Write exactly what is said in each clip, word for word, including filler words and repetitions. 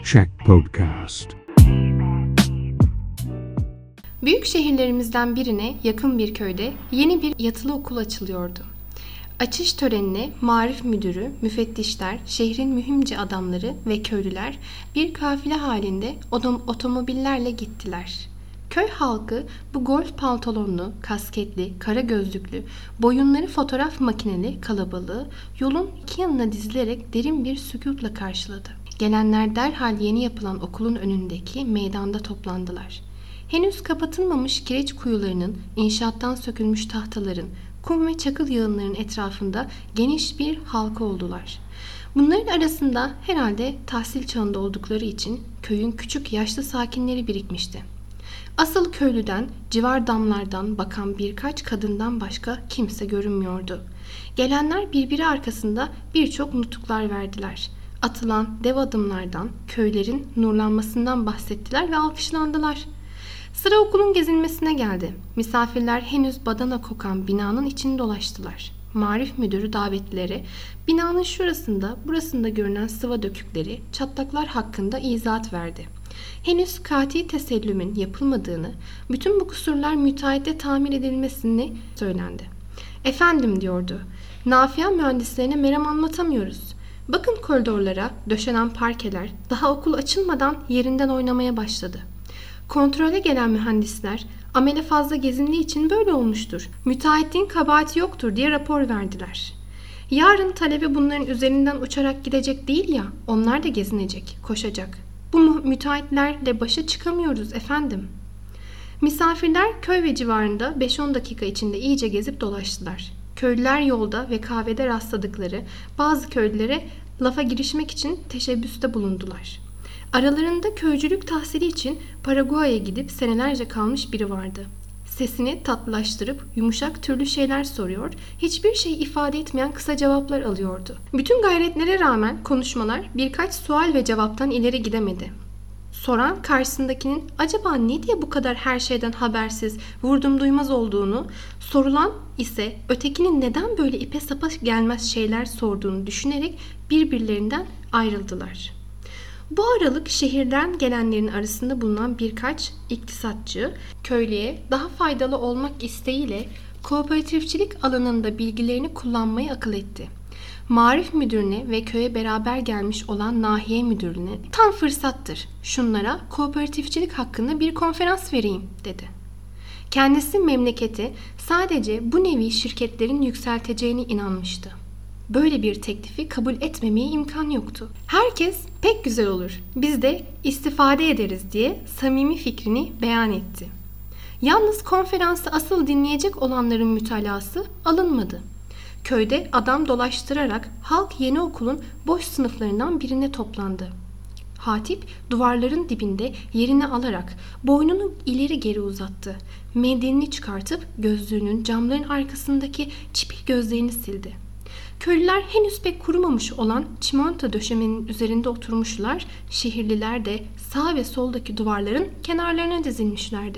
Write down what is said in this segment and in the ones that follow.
Check Podcast. Büyük şehirlerimizden birine yakın bir köyde yeni bir yatılı okul açılıyordu. Açış törenine marif müdürü, müfettişler, şehrin mühimce adamları ve köylüler bir kafile halinde otom- otomobillerle gittiler. Köy halkı bu golf pantolonlu, kasketli, kara gözlüklü, boyunları fotoğraf makineli kalabalığı yolun iki yanına dizilerek derin bir sükûtla karşıladı. Gelenler derhal yeni yapılan okulun önündeki meydanda toplandılar. Henüz kapatılmamış kireç kuyularının, inşaattan sökülmüş tahtaların, kum ve çakıl yığınlarının etrafında geniş bir halka oldular. Bunların arasında herhalde tahsil çağında oldukları için köyün küçük yaşlı sakinleri birikmişti. Asıl köylüden, civar damlardan bakan birkaç kadından başka kimse görünmüyordu. Gelenler birbiri arkasında birçok nutuklar verdiler. Atılan dev adımlardan, köylerin nurlanmasından bahsettiler ve alkışlandılar. Sıra okulun gezilmesine geldi. Misafirler henüz badana kokan binanın içini dolaştılar. Marif müdürü davetlilere binanın şurasında, burasında görünen sıva dökükleri, çatlaklar hakkında izahat verdi. Henüz kati tesellümün yapılmadığını, bütün bu kusurlar müteahhite tamir edilmesini söylendi. Efendim diyordu, nafia mühendislerine merhem anlatamıyoruz. Bakın koridorlara döşenen parkeler daha okul açılmadan yerinden oynamaya başladı. Kontrole gelen mühendisler amele fazla gezindiği için böyle olmuştur, müteahhitin kabahati yoktur diye rapor verdiler. Yarın talebe bunların üzerinden uçarak gidecek değil ya, onlar da gezinecek, koşacak. Bu müteahhitlerle başa çıkamıyoruz efendim. Misafirler köy ve civarında beş on dakika içinde iyice gezip dolaştılar. Köylüler yolda ve kahvede rastladıkları bazı köylülere lafa girişmek için teşebbüste bulundular. Aralarında köycülük tahsili için Paraguay'a gidip senelerce kalmış biri vardı. Sesini tatlılaştırıp yumuşak türlü şeyler soruyor, hiçbir şey ifade etmeyen kısa cevaplar alıyordu. Bütün gayretlere rağmen konuşmalar birkaç sual ve cevaptan ileri gidemedi. Soran karşısındakinin acaba ne diye bu kadar her şeyden habersiz, vurdum duymaz olduğunu, sorulan ise ötekinin neden böyle ipe sapa gelmez şeyler sorduğunu düşünerek birbirlerinden ayrıldılar. Bu aralık şehirden gelenlerin arasında bulunan birkaç iktisatçı, köylüye daha faydalı olmak isteğiyle kooperatifçilik alanında bilgilerini kullanmayı akıl etti. Marif müdürüne ve köye beraber gelmiş olan nahiye müdürüne tam fırsattır, şunlara kooperatifçilik hakkında bir konferans vereyim dedi. Kendisi memleketi sadece bu nevi şirketlerin yükselteceğine inanmıştı. Böyle bir teklifi kabul etmemeye imkan yoktu. Herkes pek güzel olur, biz de istifade ederiz diye samimi fikrini beyan etti. Yalnız konferansı asıl dinleyecek olanların mütalası alınmadı. Köyde adam dolaştırarak halk yeni okulun boş sınıflarından birine toplandı. Hatip duvarların dibinde yerini alarak boynunu ileri geri uzattı. Mendilini çıkartıp gözlüğünün camların arkasındaki çipil gözlerini sildi. Köylüler henüz pek kurumamış olan çimento döşemenin üzerinde oturmuşlar, şehirliler de sağ ve soldaki duvarların kenarlarına dizilmişlerdi.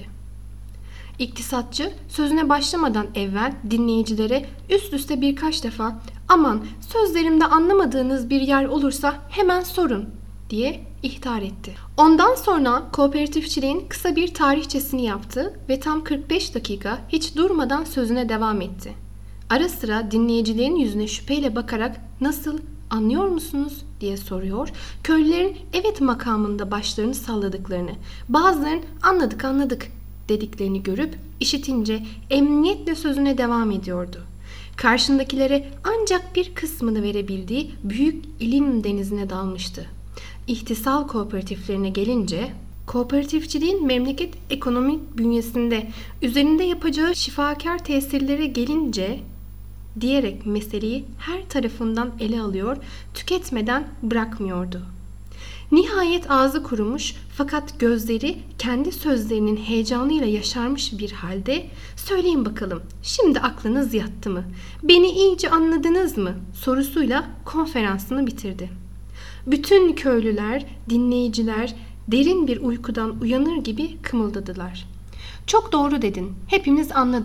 İktisatçı sözüne başlamadan evvel dinleyicilere üst üste birkaç defa "Aman, sözlerimde anlamadığınız bir yer olursa hemen sorun" diye ihtar etti. Ondan sonra kooperatifçiliğin kısa bir tarihçesini yaptı ve tam kırk beş dakika hiç durmadan sözüne devam etti. Ara sıra dinleyicilerin yüzüne şüpheyle bakarak "Nasıl, anlıyor musunuz?" diye soruyor. Köylülerin evet makamında başlarını salladıklarını, bazılarının "Anladık anladık" dediklerini görüp işitince emniyetle sözüne devam ediyordu. Karşındakilere ancak bir kısmını verebildiği büyük ilim denizine dalmıştı. İhtisal kooperatiflerine gelince, kooperatifçiliğin memleket ekonomik bünyesinde üzerinde yapacağı şifakar tesirlere gelince diyerek meseleyi her tarafından ele alıyor, tüketmeden bırakmıyordu. Nihayet ağzı kurumuş fakat gözleri kendi sözlerinin heyecanıyla yaşarmış bir halde "Söyleyin bakalım, şimdi aklınız yattı mı? Beni iyice anladınız mı?" sorusuyla konferansını bitirdi. Bütün köylüler, dinleyiciler derin bir uykudan uyanır gibi kımıldadılar. "Çok doğru dedin, hepimiz anladık"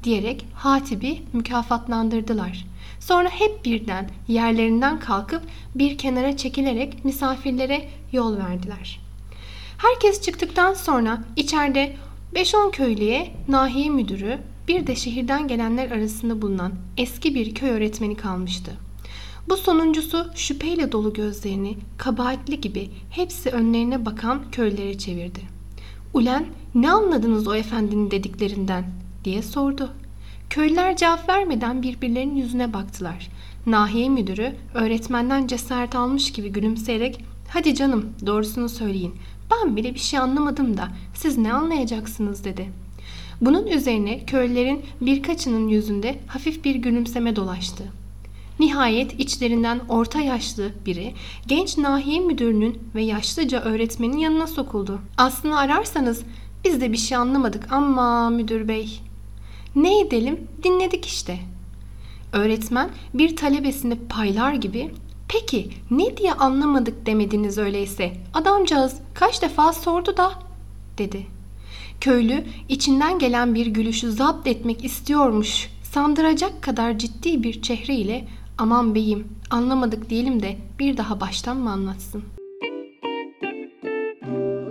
diyerek hatibi mükafatlandırdılar. Sonra hep birden yerlerinden kalkıp bir kenara çekilerek misafirlere yol verdiler. Herkes çıktıktan sonra içeride beş on köylüye nahiye müdürü, bir de şehirden gelenler arasında bulunan eski bir köy öğretmeni kalmıştı. Bu sonuncusu şüpheyle dolu gözlerini kabahatli gibi hepsi önlerine bakan köylere çevirdi. "Ulen, ne anladınız o efendinin dediklerinden?" diye sordu. Köylüler cevap vermeden birbirlerinin yüzüne baktılar. Nahiye müdürü öğretmenden cesaret almış gibi gülümseyerek "Hadi canım, doğrusunu söyleyin. Ben bile bir şey anlamadım da siz ne anlayacaksınız?" dedi. Bunun üzerine köylülerin birkaçının yüzünde hafif bir gülümseme dolaştı. Nihayet içlerinden orta yaşlı biri genç nahiye müdürünün ve yaşlıca öğretmenin yanına sokuldu. "Aslını ararsanız biz de bir şey anlamadık ama müdür bey." "Ne edelim? Dinledik işte." Öğretmen bir talebesini paylar gibi "Peki ne diye anlamadık demediniz öyleyse? Adamcağız kaç defa sordu da," dedi. Köylü içinden gelen bir gülüşü zapt etmek istiyormuş sandıracak kadar ciddi bir çehreyle "Aman beyim, anlamadık diyelim de bir daha baştan mı anlatsın?"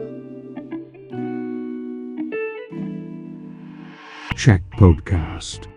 Check Podcast.